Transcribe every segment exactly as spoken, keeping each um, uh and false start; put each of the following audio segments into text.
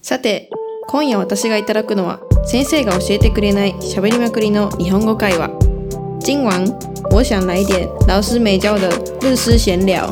さて、今夜私がいただくのは先生が教えてくれない喋りまくりの日本語会話。今晚我想来点老師沒教的日式閒聊。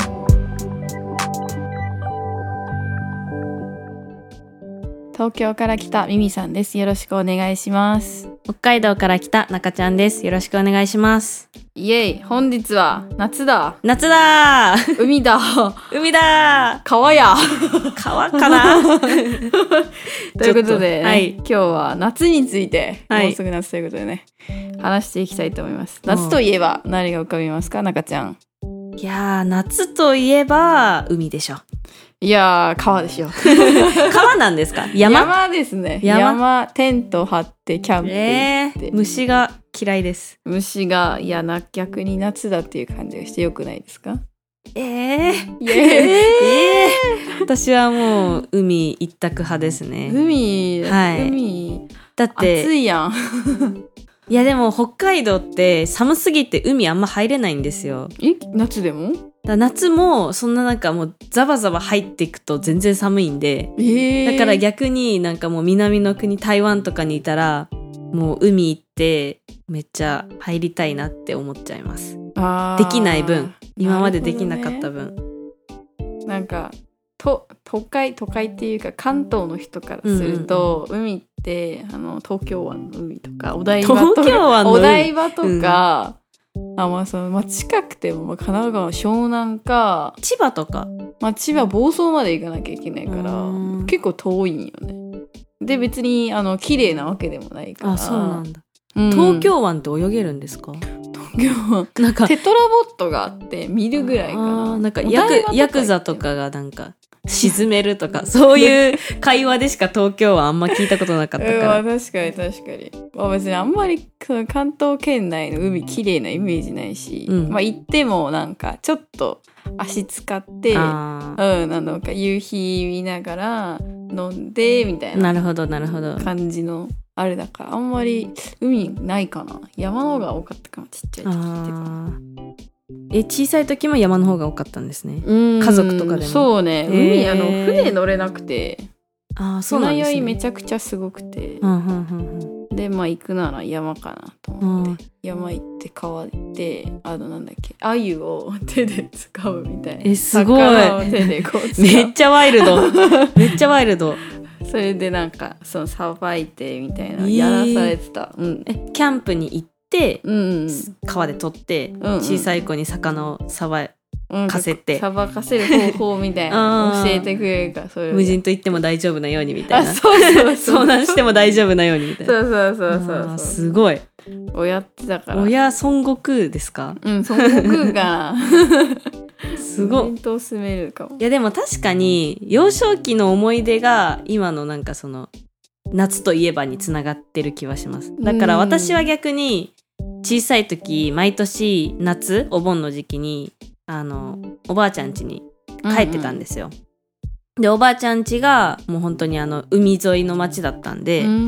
東京から来たミミさんです。よろしくお願いします。 北海道から来た中ちゃんです。よろしくお願いします。 イエイ、本日は夏だ。 夏だー海だ。 海だー川や。 川かなということで、ね、はい、今日は夏について、はい、もうすぐ夏ということでね、話していきたいと思います。夏といえば何が浮かびますか、中ちゃん。 いやー、夏といえば海でしょ。 いやー、川でしょ。 川なんですか？山？ 山ですね。山、山テント張ってキャンプ行って、 えー、虫が嫌いです。 虫が、いやな、逆に夏だっていう感じがしてよくないですか？ えー、えー、 えー、私はもう海一択派ですね。 海、 はい、 海だって暑いやん。 いやでも北海道って寒すぎて海あんま入れないんですよ。 え、夏でも？ だ夏もそんななんかもうザバザバ入っていくと全然寒いんで、 えー、 だから逆になんかもう南の国台湾とかにいたらもう海行ってめっちゃ入りたいなって思っちゃいます。 あできない分、今までできなかった分、 な、ね,、んかと都会都会っていうか関東の人からすると、うんうん、海ってあの東京湾の海とかお台場とか東京湾の海お台場とか、うん、あまあそのまあ、近くても、まあ、神奈川湘南か千葉とか、 まあ、千葉房総まで行かなきゃいけないから結構遠いんよね。で別にあの綺麗なわけでもないから。 あ、そうなんだ、うん、東京湾って泳げるんですか？ 東京湾なんかテトラボットがあって見るぐらいかな。 あ、なんかヤク、ヤクザとかがなんか沈めるとかそういう会話でしか東京はあんま聞いたことなかったから、 うん、まあ、確かに確かに、まあ、別にあんまりその関東圏内の海綺麗なイメージないし、うん、まあ行ってもなんかちょっと足使ってあ、うん、なんか夕日見ながら飲んでみたいな、 なるほどなるほど感じのあれだからあんまり海ないかな。山の方が多かったかも、ちっちゃい時ってか。 え、小さい時も山の方が多かったんですね。家族とかでも。 そうね、海、あの船乗れなくて、 あ、そうなんですね、 船酔いめちゃくちゃすごくて、 うんうんうんうん、でまあ行くなら山かなと思って、うん、山行って川行ってあのなんだっけ鮎を手で掴むみたいな。 え、すごい。 魚を手でこうめっちゃワイルドめっちゃワイルド。 それでなんかそのさばいてみたいなやらされてた、えーうん、 えキャンプに行って、うんうん、川で取って、うんうん、小さい子に魚をさばかせて、 さばかせる方法みたいな教えてくれるから、それ無人と言っても大丈夫なようにみたいな。 あ、そうそうそう遭難しても大丈夫なようにみたいな。 そうそうそうそうそう、 すごい。 をやってたから。 親孫悟空ですか？ うん、孫悟空かな。 すごい。 弁当住めるかも。 いやでも確かに幼少期の思い出が今のなんかその夏といえばにつながってる気はします。だから私は逆に小さい時毎年夏お盆の時期にあのおばあちゃん家に帰ってたんですよ、うんうん、でおばあちゃん家がもう本当にあの海沿いの町だったんで、うん、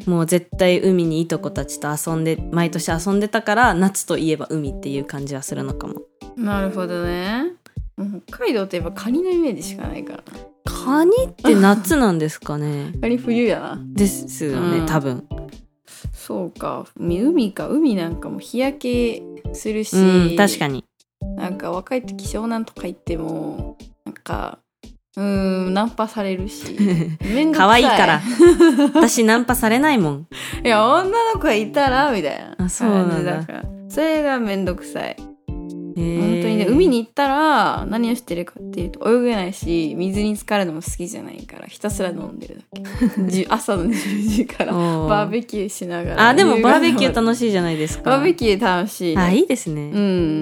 もう絶対海にいとこたちと遊んで毎年遊んでたから夏といえば海っていう感じはするのかも。 なるほどね。北海道といえばカニのイメージしかないから。 カニって夏なんですかね？ カニ冬やな。 ですよね、うん、多分。 そうか、海か。海なんかも日焼けするし、 うん、確かに。 なんか若い時湘南とか行ってもなんかうーんナンパされるしめんどくさい。 可愛いから私ナンパされないもん。 いや女の子がいたらみたいな感じだから、 あ、そうなんだ。 それがめんどくさい。 えー、 本当にね、海に行ったら何をしてるかっていうと泳げないし水に浸かるのも好きじゃないからひたすら飲んでるだけ朝のじゅうじからバーベキューしながら。 あ、でもバーベキュー楽しいじゃないですか。 バーベキュー楽しい、ね、 あ、いいですね、 うん、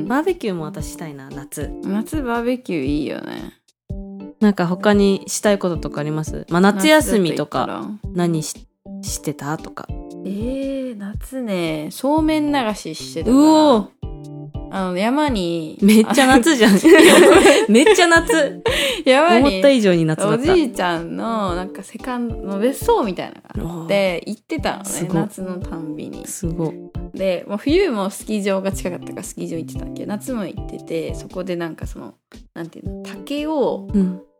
バーベキューも私したいな。夏夏バーベキューいいよね。 なんか他にしたいこととかあります？まあ、夏休みとか何 し, してたとか。 えー、夏ねそうめん流ししてたから。 うおー、 あの山にめっちゃ夏じゃんめっちゃ夏。 山に思った以上に夏だった。 おじいちゃんのなんかセカンドの別荘みたいなのがあって行ってたのね、夏のたんびに。 すごで、まあ、冬もスキー場が近かったからスキー場行ってたっけ、夏も行ってて、そこでなんかそのなんていうの竹を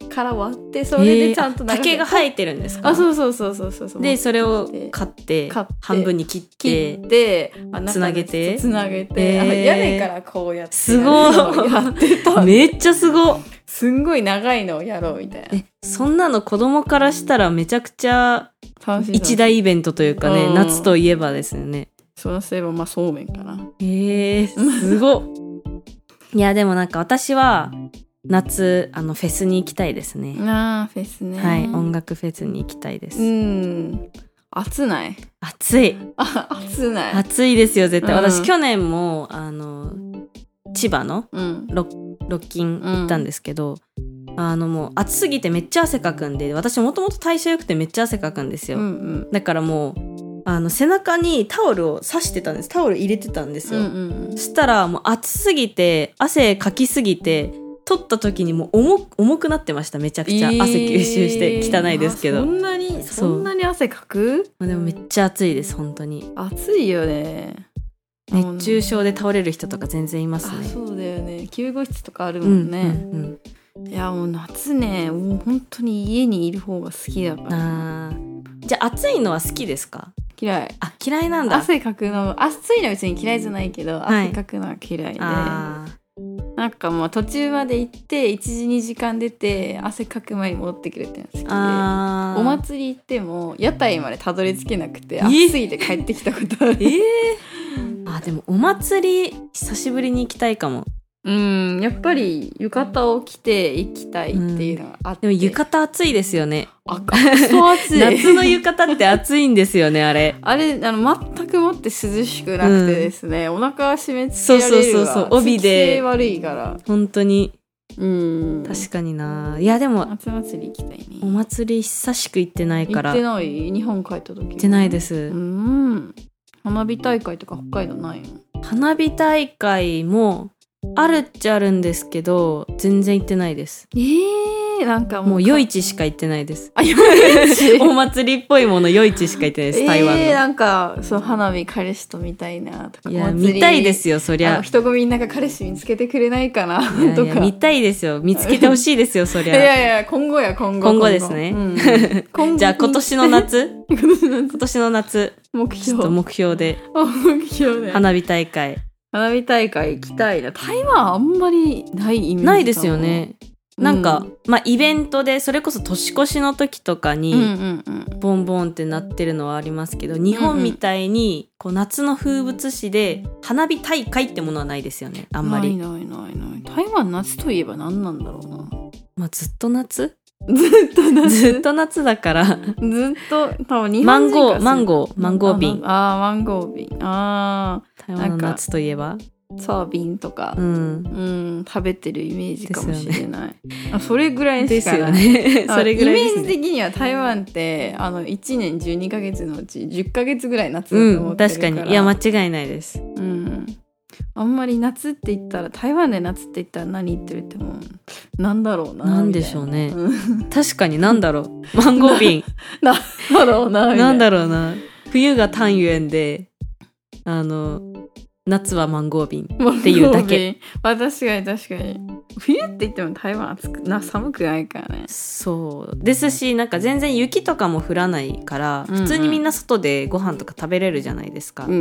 から割ってそれでちゃんと長く、 竹が生えてるんですか？ あ、そうそうそうそうそうそう。 でそれを買って買って半分に切って切ってつなげてつなげて、 えーあの屋根からこうやってすごいやってた。 めっちゃすごい。 すんごい長いのをやろうみたいな。 えそんなの子供からしたらめちゃくちゃ楽しい一大イベントというかね、 うん夏といえばですよね。 そうすればまあそうめんかな。 へえー、すごっ。いやでもなんか私は夏あのフェスに行きたいですね。 あーフェスね。 はい、音楽フェスに行きたいです。 うん暑ない暑いあ暑ない暑いですよ絶対、 うん、 私去年もあの千葉のうんロッキン行ったんですけど、うん、あのもう暑すぎてめっちゃ汗かくんで、私もともと代謝良くてめっちゃ汗かくんですよ、 うんうん、 だからもうあの背中にタオルを刺してたんです。タオル入れてたんですよ、うんうん、そしたらもう暑すぎて汗かきすぎて取った時にもう 重, 重くなってました。めちゃくちゃ汗吸収して汚いですけど、 えー、そんなにそんなに汗かく？ でもめっちゃ暑いです本当に。 暑いよね。 熱中症で倒れる人とか全然いますね。 あそうだよね。救護室とかあるもんね、 うんうんうん、 いやもう夏ねもう本当に家にいる方が好きだから。 あじゃあ暑いのは好きですか？ 嫌い。 あ嫌いなんだ。 汗かくの暑いのは別に嫌いじゃないけど、はい、汗かくのは嫌いで、あなんかもう途中まで行っていちじにじかん出て汗かく前に戻ってくるっていうのが好きで、あお祭り行っても屋台までたどり着けなくて暑いで帰ってきたことある。えー、あでもお祭り久しぶりに行きたいかも。 うんやっぱり浴衣を着て行きたいっていうのがあって、 うん、でも浴衣暑いですよね。 あそう暑い夏の浴衣って暑いんですよねあれあれあの全くもって涼しくなくてですね、うん、お腹締め付けられるわ。そうそうそうそう帯で悪いから本当に。 うん確かにな。いやでも夏祭り行きたいね。 お祭り久しく行ってないから。 行ってない？日本帰った時行ってないです。 うん花火大会とか北海道ないの？ 花火大会もあるっちゃあるんですけど全然行ってないです。 えー、なんかもうもう夜市しか行ってないです。 あ夜市お祭りっぽいもの夜市しか行ってないです、台湾の。 えー、なんかそう花火彼氏と見たいなとか。 いや見たいですよそりゃ。 人混みの中彼氏見つけてくれないかなとか。 いやいや見たいですよ見つけてほしいですよそりゃ。 いやいや今後や今後今後ですね、うん、今後じゃあ今年の夏今年の夏目標ちょっと目標で目標で花火大会花火大会行きたいな。台湾あんまりないイメージないですよね。なんか、うん、まあイベントでそれこそ年越しの時とかにボンボンってなってるのはありますけど、うんうん、日本みたいにこう夏の風物詩で花火大会ってものはないですよねあんまり。 ないないないない。台湾夏といえば何なんだろうな。 まあずっと夏ずっと夏ずっと夏だからずっと多分日本人がマンゴーマンゴー瓶。 ああマンゴー瓶。ああ台湾の夏といえばサービンとか、 うんうん、食べてるイメージかもしれない、ね、あそれぐらいしかないですよねそれぐらいですね。 イメージ的には台湾ってあのいちねんじゅうにかげつのうちじゅっかげつぐらい夏だと思ってるから、うん、 確かにいや間違いないです、 うん、あんまり夏って言ったら台湾で夏って言ったら何言ってるってもうなんだろうななんでしょうね確かになんだろうマンゴー瓶ななんだろうななんだろうな冬がタンユエンであの夏はマンゴー瓶っていうだけ。 まあ確かに確かに冬って言っても台湾暑くな寒くないからね。 そうですしなんか全然雪とかも降らないから、うんうん、普通にみんな外でご飯とか食べれるじゃないですか、 うんうん、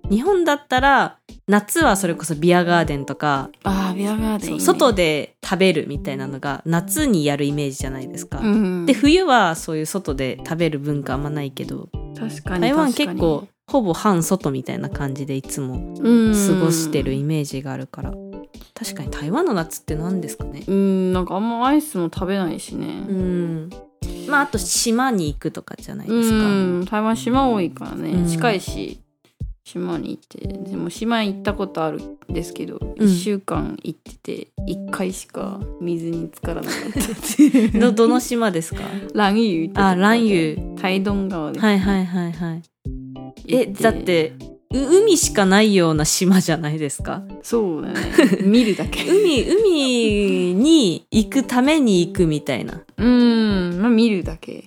日本だったら夏はそれこそビアガーデンとかあビアガーデン、ね、 外で食べるみたいなのが夏にやるイメージじゃないですか、 うんうん、 で冬はそういう外で食べる文化あんまないけど確かに台湾結構ほぼ半外みたいな感じでいつも過ごしてるイメージがあるから確かに台湾の夏って何ですかね。 うんなんかあんまアイスも食べないしね。 うんまああと島に行くとかじゃないですか。 うん台湾島多いからね、うん、近いし島に行ってでも島に行ったことあるんですけど、うん、いっしゅうかん行ってていっかいしか水に浸からなかったってど, どの島ですか？ 蘭嶼ってあ蘭嶼台東川ではいはいはいはいえだって海しかないような島じゃないですか。 そうだね見るだけ海海に行くために行くみたいなうんまあ見るだけ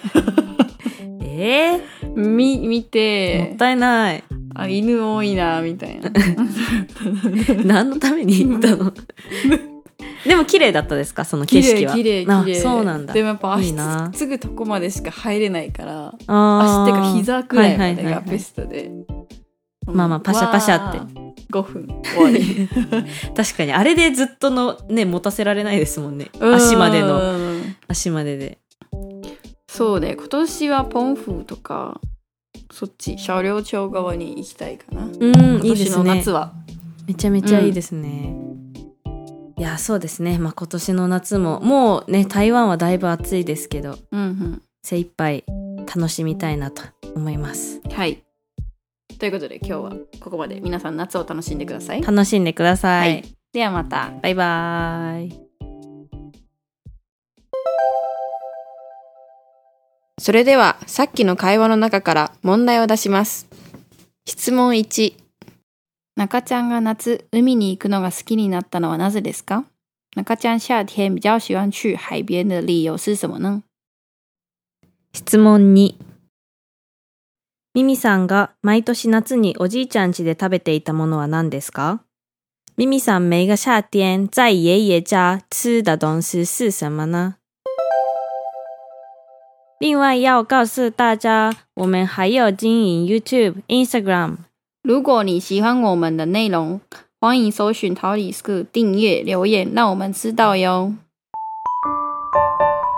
えー、 み見てもったいないあ犬多いなみたいな何のために行ったのでも綺麗だったですか、その景色は。 綺麗綺麗綺麗。 そうなんだ。 でもやっぱ足つぐとこまでしか入れないから、足ってか膝くらいまでがベストで、はいはいはいはい、 まあまあパシャパシャってごふん終わり確かにあれでずっとのね持たせられないですもんね、足までの足までで。 そうね、今年はポンフーとかそっち車両町側に行きたいかな。うん、いいですね。今年の夏はめちゃめちゃいいですね、うん、いやそうですね、まあ、今年の夏ももうね台湾はだいぶ暑いですけど、うんうん、精一杯楽しみたいなと思います。 はい、ということで今日はここまで。皆さん夏を楽しんでください。 楽しんでください、はい、 ではまた、 バイバーイ。 それではさっきの会話の中から問題を出します。質問いち、 中ちゃんが夏海に行くのが好きになったのはなぜですか？中ちゃん夏天比較喜歡去海邊的理由是什麼呢？ 質問に、ミミさんが毎年夏におじいちゃん家で食べていたものは何ですか？ミミさん每個夏天在爺爺家吃的東西是什麼呢？另外要告訴大家，我們還有經營 YouTube、Instagram。 如果你喜歡我們的內容，歡迎搜尋桃李斯克訂閱留言，讓我們知道喲。